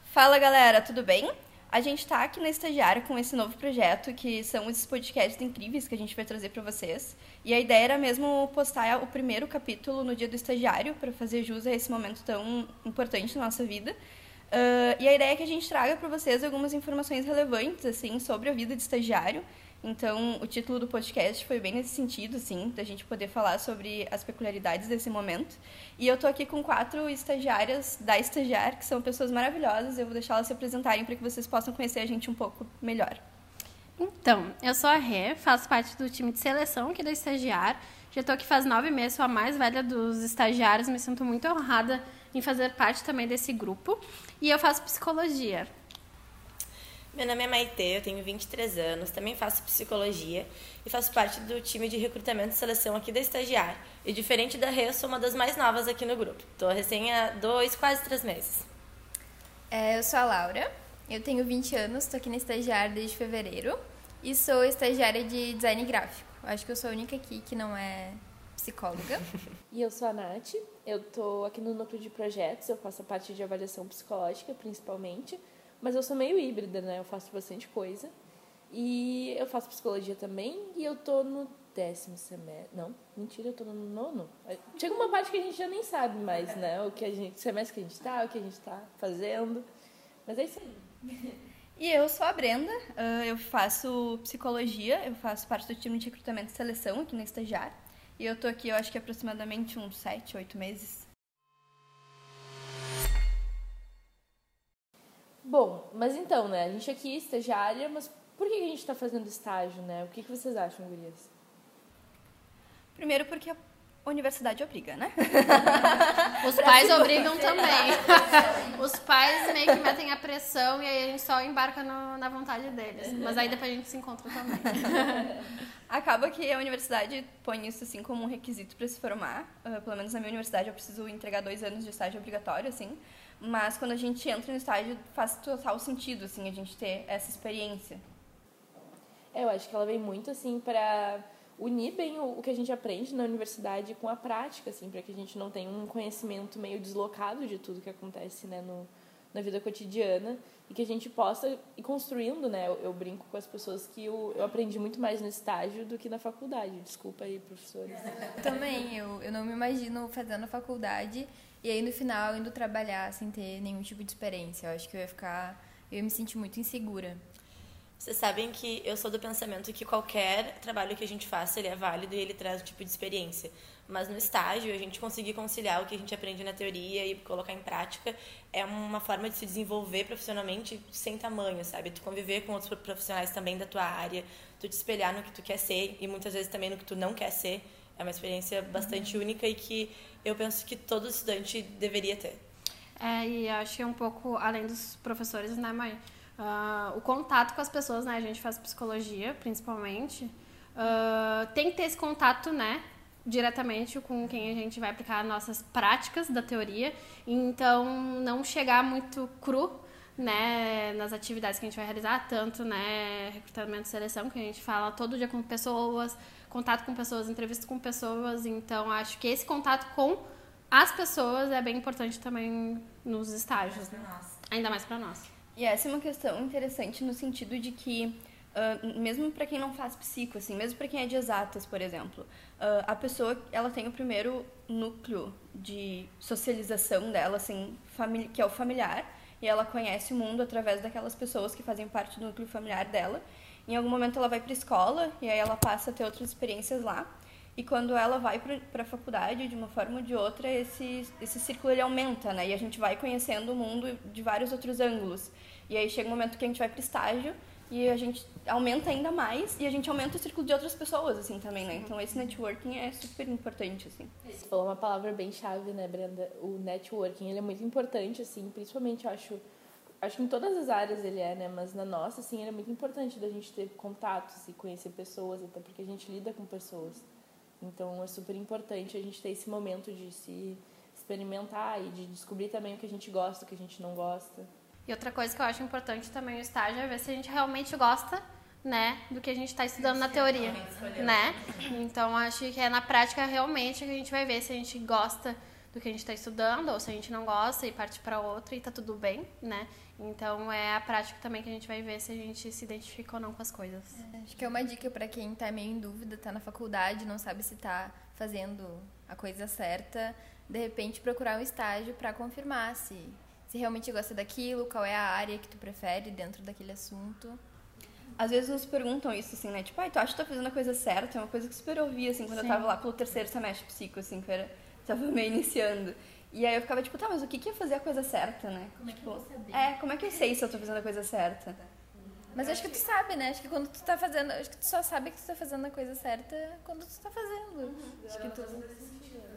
Fala galera, tudo bem? A gente tá aqui na Estagiária com esse novo projeto, que são esses podcasts incríveis que a gente vai trazer pra vocês. E a ideia era mesmo postar o primeiro capítulo no dia do estagiário, para fazer jus a esse momento tão importante na nossa vida. E a ideia é que a gente traga para vocês algumas informações relevantes assim, sobre a vida de estagiário. Então, o título do podcast foi bem nesse sentido, assim, da gente poder falar sobre as peculiaridades desse momento. E eu tô aqui com 4 estagiárias da Estagiar, que são pessoas maravilhosas. Eu vou deixar elas se apresentarem para que vocês possam conhecer a gente um pouco melhor. Então, eu sou a Rê, faço parte do time de seleção aqui da Estagiar. Já estou aqui faz 9 meses, sou a mais velha dos estagiários, me sinto muito honrada em fazer parte também desse grupo. E eu faço psicologia. Meu nome é Maitê, eu tenho 23 anos, também faço psicologia e faço parte do time de recrutamento e seleção aqui da Estagiar. E diferente da Rê, eu sou uma das mais novas aqui no grupo. Estou recém há 2, quase 3 meses. Eu sou a Laura, eu tenho 20 anos, estou aqui na Estagiar desde fevereiro e sou estagiária de design gráfico. Acho que eu sou a única aqui que não é psicóloga. E eu sou a Nath, eu tô aqui no núcleo de projetos, eu faço a parte de avaliação psicológica principalmente, mas eu sou meio híbrida, né? Eu faço bastante coisa. E eu faço psicologia também e eu tô no 10º semestre. Não, mentira, eu tô no 9º. Chega uma parte que a gente já nem sabe mais, né? O semestre que a gente tá, o que a gente tá fazendo. Mas é isso aí. E eu sou a Brenda, eu faço psicologia, eu faço parte do time de recrutamento e seleção aqui na Estagiar. E eu tô aqui, eu acho que aproximadamente uns 7, 8 meses. Bom, mas então, né? A gente aqui é estagiária, mas por que a gente tá fazendo estágio, né? O que vocês acham, gurias? Primeiro porque a universidade obriga, né? Os pais obrigam também. Os pais meio que metem a pressão e aí a gente só embarca na vontade deles. Mas aí depois a gente se encontra também. Acaba que a universidade põe isso assim como um requisito para se formar. Pelo menos na minha universidade eu preciso entregar 2 anos de estágio obrigatório, assim. Mas quando a gente entra no estágio faz total sentido, assim, a gente ter essa experiência. Eu acho que ela vem muito, assim, para unir bem o que a gente aprende na universidade com a prática, assim, para que a gente não tenha um conhecimento meio deslocado de tudo que acontece, né, na vida cotidiana e que a gente possa ir construindo, né? Eu brinco com as pessoas que eu aprendi muito mais no estágio do que na faculdade. Desculpa aí, professores. Também, eu não me imagino fazendo a faculdade e aí no final indo trabalhar sem ter nenhum tipo de experiência. Eu acho que eu ia me sentir muito insegura. Vocês sabem que eu sou do pensamento que qualquer trabalho que a gente faça, ele é válido e ele traz um tipo de experiência. Mas no estágio, a gente conseguir conciliar o que a gente aprende na teoria e colocar em prática é uma forma de se desenvolver profissionalmente sem tamanho, sabe? Tu conviver com outros profissionais também da tua área, tu te espelhar no que tu quer ser e muitas vezes também no que tu não quer ser. É uma experiência bastante única e que eu penso que todo estudante deveria ter. E acho que é um pouco, além dos professores, né, mãe? O contato com as pessoas, né? A gente faz psicologia, principalmente. Tem que ter esse contato, né? Diretamente com quem a gente vai aplicar nossas práticas da teoria. Então, não chegar muito cru, né? Nas atividades que a gente vai realizar. Tanto, né? Recrutamento e seleção, que a gente fala todo dia com pessoas, contato com pessoas, entrevista com pessoas. Então, acho que esse contato com as pessoas é bem importante também nos estágios, né? Ainda mais para nós. E essa é uma questão interessante no sentido de que, mesmo para quem não faz psico, assim, mesmo para quem é de exatas, por exemplo, a pessoa ela tem o primeiro núcleo de socialização dela, assim, que é o familiar, e ela conhece o mundo através daquelas pessoas que fazem parte do núcleo familiar dela. Em algum momento ela vai para a escola e aí ela passa a ter outras experiências lá. E quando ela vai para a faculdade, de uma forma ou de outra, esse círculo ele aumenta, né? E a gente vai conhecendo o mundo de vários outros ângulos. E aí chega um momento que a gente vai para o estágio e a gente aumenta ainda mais e a gente aumenta o círculo de outras pessoas, assim, também, né? Então esse networking é super importante, assim. Você falou uma palavra bem chave, né, Brenda? O networking, ele é muito importante, assim, principalmente, eu acho que em todas as áreas ele é, né? Mas na nossa, assim, ele é muito importante da gente ter contatos e conhecer pessoas, até porque a gente lida com pessoas. Então, é super importante a gente ter esse momento de se experimentar e de descobrir também o que a gente gosta, o que a gente não gosta. E outra coisa que eu acho importante também no estágio é ver se a gente realmente gosta, né, do que a gente está estudando na teoria, né? Então, acho que é na prática realmente que a gente vai ver se a gente gosta do que a gente está estudando, ou se a gente não gosta e parte para outra e tá tudo bem, né? Então é a prática também que a gente vai ver se a gente se identifica ou não com as coisas. Acho que é uma dica para quem tá meio em dúvida, tá na faculdade, não sabe se tá fazendo a coisa certa, de repente procurar um estágio para confirmar se realmente gosta daquilo, qual é a área que tu prefere dentro daquele assunto. Às vezes nos perguntam isso, assim, né? Tipo, tu acha que tá fazendo a coisa certa? É uma coisa que eu super ouvi, assim, quando eu tava lá pelo 3º semestre de psico, assim, que tava meio iniciando. E aí eu ficava tipo, tá, mas o que é fazer a coisa certa, né? Como é que eu vou saber? Como é que eu sei se eu tô fazendo a coisa certa? Mas acho que tu sabe, né? Acho que quando tu tá fazendo, acho que tu só sabe que tu tá fazendo a coisa certa quando tu tá fazendo. Acho que tu...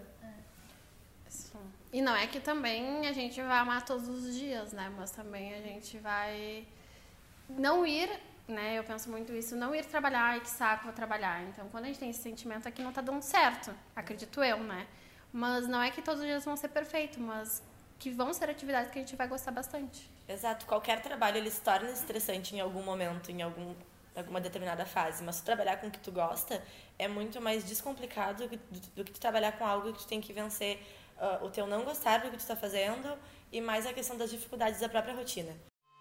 E não é que também a gente vai amar todos os dias, né? Mas também a gente vai não ir, né? Eu penso muito isso, não ir trabalhar e que saco vou trabalhar. Então, quando a gente tem esse sentimento aqui, não tá dando certo, acredito eu, né? Mas não é que todos os dias vão ser perfeitos, mas que vão ser atividades que a gente vai gostar bastante. Exato. Qualquer trabalho, ele se torna estressante em algum momento, em alguma determinada fase. Mas tu trabalhar com o que tu gosta é muito mais descomplicado do que tu trabalhar com algo que tu tem que vencer o teu não gostar do que tu tá fazendo e mais a questão das dificuldades da própria rotina.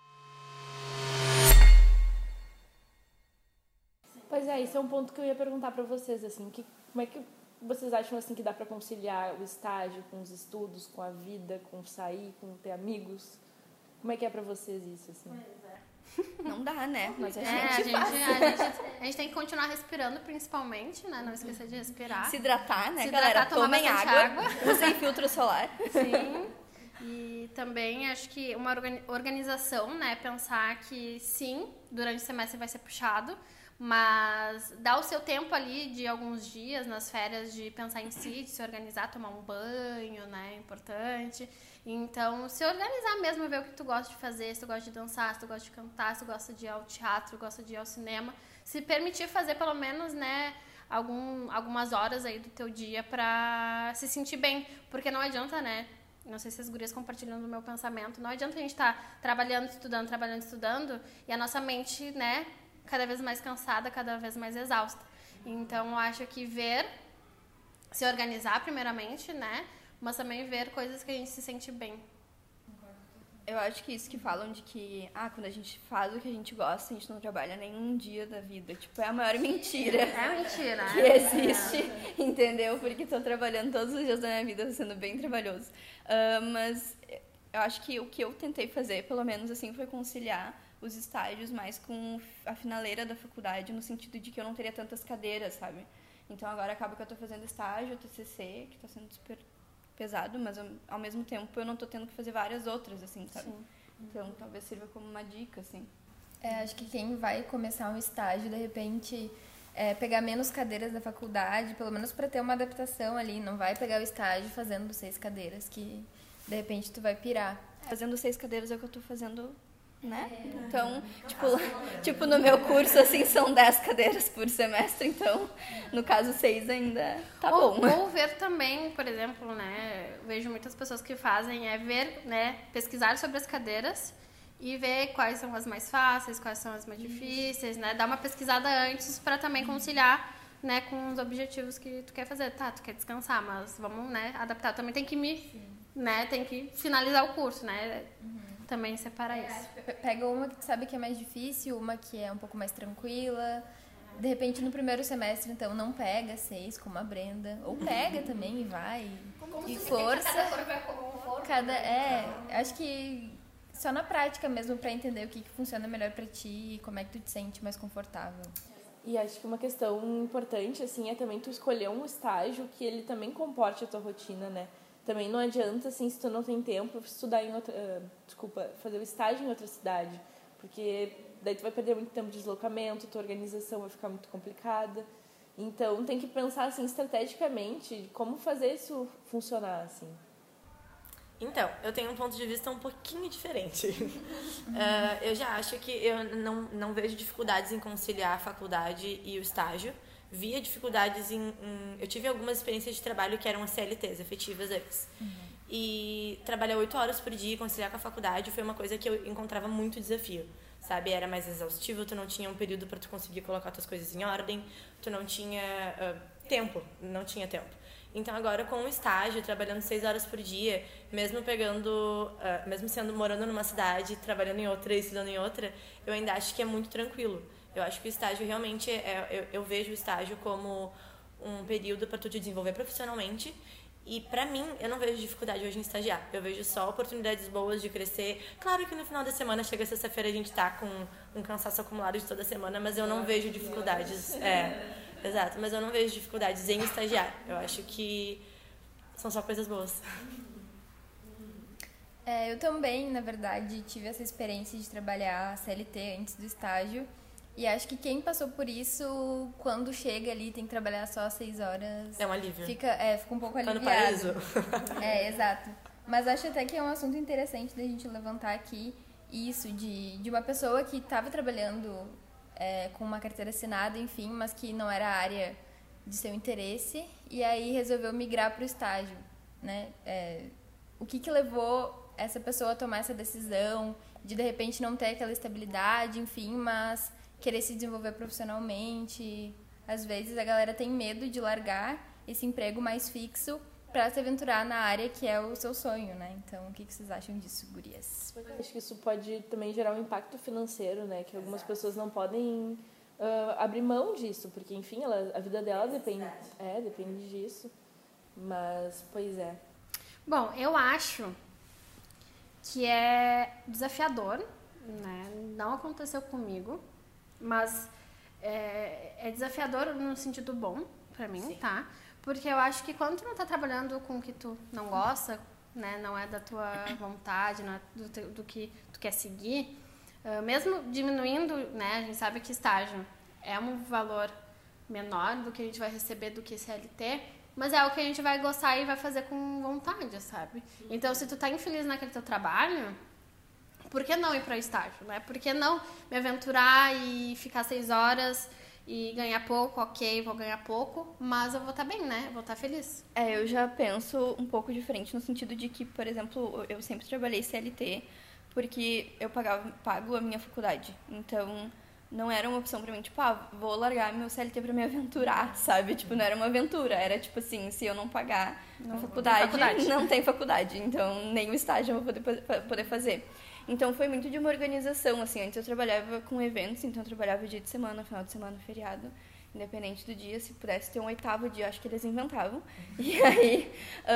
Pois é, isso é um ponto que eu ia perguntar pra vocês, assim, como é que vocês acham, assim, que dá pra conciliar o estágio com os estudos, com a vida, com sair, com ter amigos? Como é que é pra vocês isso, assim? Não dá, né? Mas a gente tem que continuar respirando, principalmente, né? Não esquecer de respirar. Se hidratar, né, Se galera? hidratar, tomar Tomem bastante água. Usem filtro solar. Sim. E também acho que uma organização, né? Pensar que sim, durante o semestre vai ser puxado, mas dar o seu tempo ali de alguns dias nas férias de pensar em si, de se organizar, tomar um banho, né? É importante. Então, se organizar mesmo, ver o que tu gosta de fazer, se tu gosta de dançar, se tu gosta de cantar, se tu gosta de ir ao teatro, gosta de ir ao cinema, se permitir fazer pelo menos, né, algumas horas aí do teu dia pra se sentir bem, porque não adianta, né, não sei se as gurias compartilham do meu pensamento, não adianta a gente estar trabalhando, estudando, e a nossa mente, né, cada vez mais cansada, cada vez mais exausta. Então, eu acho que se organizar primeiramente, né, mas também ver coisas que a gente se sente bem. Eu acho que isso que falam de que, quando a gente faz o que a gente gosta, a gente não trabalha nenhum dia da vida. Tipo, é a maior mentira. É mentira, que existe, entendeu? Porque tô trabalhando todos os dias da minha vida, sendo bem trabalhoso. Mas eu acho que o que eu tentei fazer, pelo menos assim, foi conciliar os estágios mais com a finaleira da faculdade, no sentido de que eu não teria tantas cadeiras, sabe? Então agora acaba que eu tô fazendo estágio, TCC, que tá sendo super pesado, mas ao mesmo tempo eu não tô tendo que fazer várias outras, assim, sabe? Sim. Então talvez sirva como uma dica, assim. Acho que quem vai começar um estágio, de repente, pegar menos cadeiras da faculdade, pelo menos para ter uma adaptação ali, não vai pegar o estágio fazendo 6 cadeiras, que de repente tu vai pirar. Fazendo 6 cadeiras é o que eu tô fazendo, né? Então, tipo, no meu curso, assim, são 10 cadeiras por semestre, então, no caso, 6 ainda tá bom. Ou ver também, por exemplo, né, vejo muitas pessoas que fazem, ver, né, pesquisar sobre as cadeiras e ver quais são as mais fáceis, quais são as mais difíceis, né, dar uma pesquisada antes para também conciliar, né, com os objetivos que tu quer fazer. Tá, tu quer descansar, mas vamos, né, adaptar. Também tem que tem que finalizar o curso, né, também separar isso. Pega uma que tu sabe que é mais difícil, uma que é um pouco mais tranquila. De repente, no primeiro semestre, então, não pega 6, como a Brenda. Ou pega também e vai. E força. Acho que só na prática mesmo pra entender o que funciona melhor pra ti e como é que tu te sente mais confortável. E acho que uma questão importante, assim, é também tu escolher um estágio que ele também comporte a tua rotina, né? Também não adianta, assim, se tu não tem tempo, estudar em fazer o estágio em outra cidade, porque daí tu vai perder muito tempo de deslocamento, tua organização vai ficar muito complicada. Então, tem que pensar, assim, estrategicamente como fazer isso funcionar, assim. Então, eu tenho um ponto de vista um pouquinho diferente. Eu já acho que eu não vejo dificuldades em conciliar a faculdade e o estágio. Via dificuldades eu tive algumas experiências de trabalho que eram CLTs, efetivas antes. E trabalhar 8 horas por dia e conciliar com a faculdade foi uma coisa que eu encontrava muito desafio, sabe? Era mais exaustivo, tu não tinha um período para tu conseguir colocar tuas coisas em ordem, tu não tinha tempo, não tinha tempo. Então agora com o estágio, trabalhando 6 horas por dia, mesmo morando numa cidade, trabalhando em outra e estudando em outra, eu ainda acho que é muito tranquilo. Eu acho que o estágio realmente, eu vejo o estágio como um período para tu te desenvolver profissionalmente. E pra mim, eu não vejo dificuldade hoje em estagiar. Eu vejo só oportunidades boas de crescer. Claro que no final da semana, chega sexta-feira, a gente tá com um cansaço acumulado de toda semana, mas eu não vejo dificuldades. Exato, mas eu não vejo dificuldades em estagiar. Eu acho que são só coisas boas. Eu também, na verdade, tive essa experiência de trabalhar CLT antes do estágio. E acho que quem passou por isso, quando chega ali, tem que trabalhar só 6 horas. É um alívio. Fica um pouco aliviado. Tá no paraíso. Exato. Mas acho até que é um assunto interessante da gente levantar aqui isso, de uma pessoa que estava trabalhando com uma carteira assinada, enfim, mas que não era a área de seu interesse, e aí resolveu migrar para o estágio, né? O que levou essa pessoa a tomar essa decisão de repente não ter aquela estabilidade, enfim, mas querer se desenvolver profissionalmente. Às vezes a galera tem medo de largar esse emprego mais fixo para se aventurar na área que é o seu sonho, né? Então, o que vocês acham disso, gurias? Acho que isso pode também gerar um impacto financeiro, né? Que algumas pessoas não podem abrir mão disso, porque, enfim, a vida dela depende disso. Mas, pois é. Bom, eu acho que é desafiador, né? Não aconteceu comigo, mas é desafiador no sentido bom pra mim, sim, tá? Porque eu acho que quando tu não tá trabalhando com o que tu não gosta, né? Não é da tua vontade, não é do que tu quer seguir, mesmo diminuindo, né? A gente sabe que estágio é um valor menor do que a gente vai receber do que CLT, mas é o que a gente vai gostar e vai fazer com vontade, sabe? Então, se tu tá infeliz naquele teu trabalho, por que não ir para o estágio, né? Por que não me aventurar e ficar 6 horas e ganhar pouco? Ok, vou ganhar pouco, mas eu vou estar bem, né? Eu vou estar feliz. Eu já penso um pouco diferente no sentido de que, por exemplo, eu sempre trabalhei CLT porque eu pago a minha faculdade. Então, não era uma opção pra mim, tipo, vou largar meu CLT pra me aventurar, sabe? Tipo, não era uma aventura, era tipo assim, se eu não pagar a faculdade, não tem faculdade. Então, nem o estágio eu vou poder fazer. Então, foi muito de uma organização, assim. Antes eu trabalhava com eventos, então eu trabalhava dia de semana, final de semana, feriado. Independente do dia, se pudesse ter um 8º dia, acho que eles inventavam. E aí,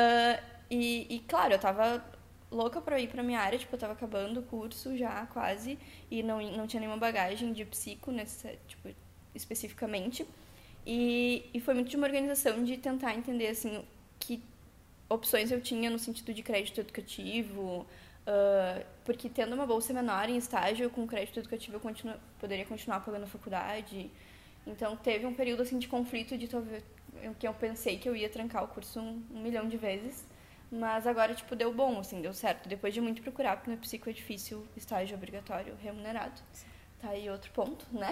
claro, eu tava louca pra ir pra minha área, tipo, eu tava acabando o curso já, quase, e não tinha nenhuma bagagem de psico, tipo, especificamente. E foi muito de uma organização de tentar entender, assim, que opções eu tinha no sentido de crédito educativo, porque tendo uma bolsa menor em estágio, com crédito educativo eu poderia continuar pagando a faculdade. Então, teve um período, assim, de conflito de talvez que eu pensei que eu ia trancar o curso 1 milhão de vezes. Mas agora, tipo, deu bom, assim, deu certo. Depois de muito procurar, porque no psico é difícil, estágio obrigatório, remunerado. Tá aí outro ponto, né?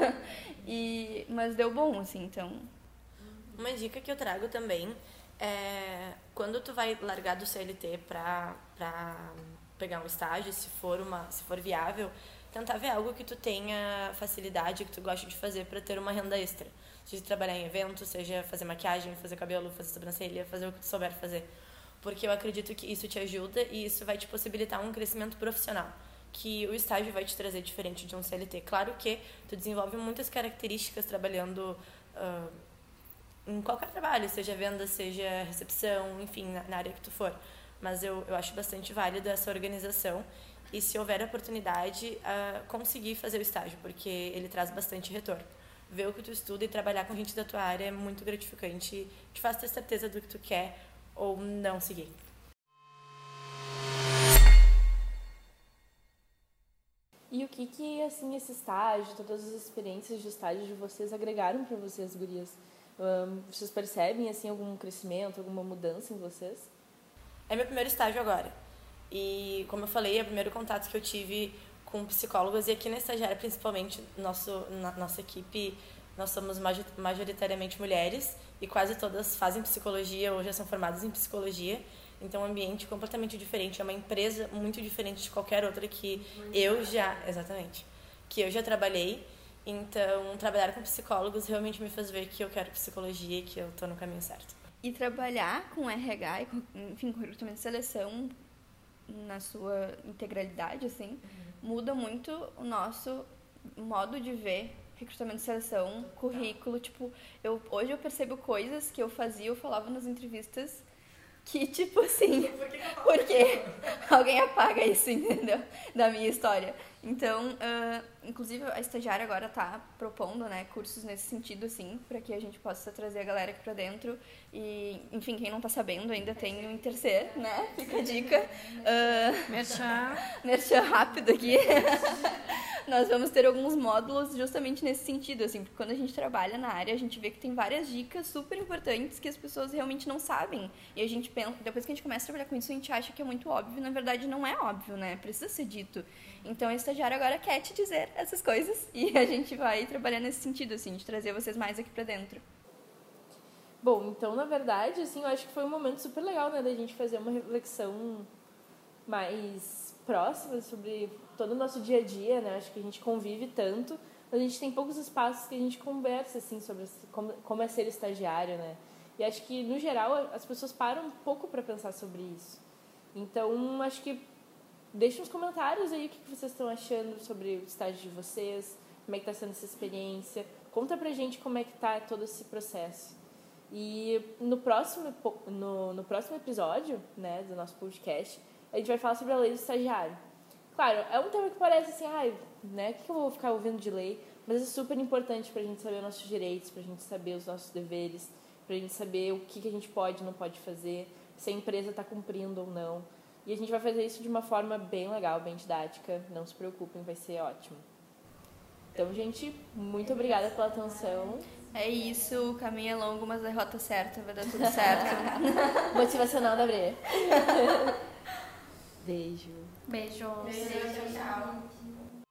Mas deu bom, assim, então... Uma dica que eu trago também é... Quando tu vai largar do CLT pra pegar um estágio, se for viável, tentar ver algo que tu tenha facilidade, que tu goste de fazer pra ter uma renda extra. Seja trabalhar em evento, seja fazer maquiagem, fazer cabelo, fazer sobrancelha, fazer o que tu souber fazer. Porque eu acredito que isso te ajuda e isso vai te possibilitar um crescimento profissional, que o estágio vai te trazer diferente de um CLT. Claro que tu desenvolve muitas características trabalhando em qualquer trabalho, seja venda, seja recepção, enfim, na área que tu for. Mas eu acho bastante válido essa organização e, se houver oportunidade, conseguir fazer o estágio, porque ele traz bastante retorno. Ver o que tu estuda e trabalhar com gente da tua área é muito gratificante, te faz ter certeza do que tu quer ou não seguir. E o que assim, esse estágio, todas as experiências de estágio de vocês agregaram para vocês, gurias? Vocês percebem, assim, algum crescimento, alguma mudança em vocês? É meu primeiro estágio agora. E, como eu falei, é o primeiro contato que eu tive com psicólogos. E aqui na estagiária, principalmente, nossa equipe, nós somos majoritariamente mulheres. E quase todas fazem psicologia ou já são formadas em psicologia. Então, é um ambiente completamente diferente. É uma empresa muito diferente de qualquer outra que eu já trabalhei. Então, trabalhar com psicólogos realmente me faz ver que eu quero psicologia e que eu estou no caminho certo. E trabalhar com RH e, enfim, com recrutamento de seleção na sua integralidade, assim, muda muito o nosso modo de ver recrutamento de seleção, currículo, tipo, hoje eu percebo coisas que eu falava nas entrevistas que, tipo assim, porque alguém apaga isso, entendeu? Da minha história. Então, inclusive, a estagiária agora tá propondo, né, cursos nesse sentido, assim, para que a gente possa trazer a galera aqui pra dentro. E, enfim, quem não tá sabendo, ainda tem o Intercer, né? Fica a dica. Merchan rápido aqui. Nós vamos ter alguns módulos justamente nesse sentido, assim, porque quando a gente trabalha na área, a gente vê que tem várias dicas super importantes que as pessoas realmente não sabem. E a gente pensa, depois que a gente começa a trabalhar com isso, a gente acha que é muito óbvio, na verdade não é óbvio, né? Precisa ser dito. Então a estagiária agora quer te dizer essas coisas e a gente vai trabalhar nesse sentido, assim, de trazer vocês mais aqui pra dentro. Bom, então, na verdade, assim, eu acho que foi um momento super legal, né, da gente fazer uma reflexão mais próxima sobre todo o nosso dia a dia, né? Acho que a gente convive tanto, mas a gente tem poucos espaços que a gente conversa, assim, sobre como é ser estagiário, né? E acho que, no geral, as pessoas param um pouco para pensar sobre isso. Então, acho que deixem nos comentários aí o que vocês estão achando sobre o estágio de vocês, como é que está sendo essa experiência. Conta pra gente como é que tá todo esse processo. E no próximo episódio, né, do nosso podcast, a gente vai falar sobre a lei do estagiário. Claro, é um tema que parece assim, né, o que eu vou ficar ouvindo de lei? Mas é super importante pra gente saber os nossos direitos, pra gente saber os nossos deveres, pra gente saber o que a gente pode e não pode fazer, se a empresa está cumprindo ou não. E a gente vai fazer isso de uma forma bem legal, bem didática. Não se preocupem, vai ser ótimo. Então, gente, muito obrigada pela atenção. É isso, o caminho é longo, mas a rota certa, vai dar tudo certo. Motivacional da Bre. Beijo. Beijo. Beijo, tchau.